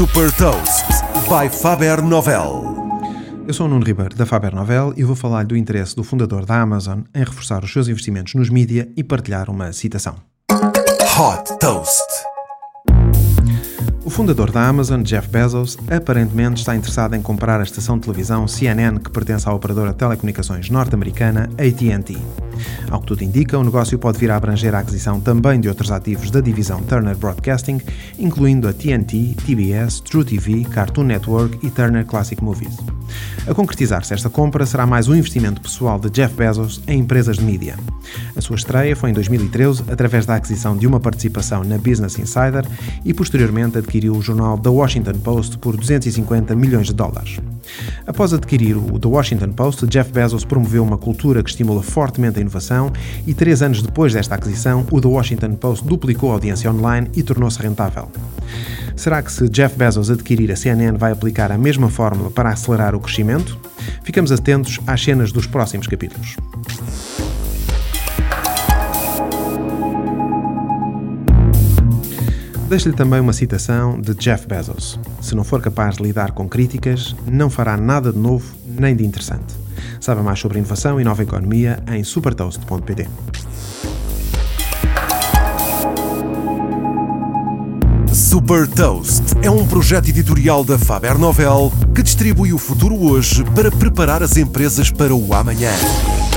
Super Toast by Faber Novel. Eu sou o Nuno Ribeiro da Faber Novel e vou falar do interesse do fundador da Amazon em reforçar os seus investimentos nos mídia e partilhar uma citação. Hot Toast. O fundador da Amazon, Jeff Bezos, aparentemente está interessado em comprar a estação de televisão CNN que pertence à operadora de telecomunicações norte-americana AT&T. Ao que tudo indica, o negócio pode vir a abranger a aquisição também de outros ativos da divisão Turner Broadcasting, incluindo a TNT, TBS, TrueTV, Cartoon Network e Turner Classic Movies. A concretizar-se esta compra será mais um investimento pessoal de Jeff Bezos em empresas de mídia. A sua estreia foi em 2013, através da aquisição de uma participação na Business Insider e posteriormente adquiriu o jornal The Washington Post por $250 milhões. Após adquirir o The Washington Post, Jeff Bezos promoveu uma cultura que estimula fortemente a inovação e 3 anos depois desta aquisição, o The Washington Post duplicou a audiência online e tornou-se rentável. Será que se Jeff Bezos adquirir a CNN vai aplicar a mesma fórmula para acelerar o crescimento? Ficamos atentos às cenas dos próximos capítulos. Deixo-lhe também uma citação de Jeff Bezos. Se não for capaz de lidar com críticas, não fará nada de novo nem de interessante. Saiba mais sobre inovação e nova economia em supertoast.pt. Super Toast é um projeto editorial da Faber Novel que distribui o futuro hoje para preparar as empresas para o amanhã.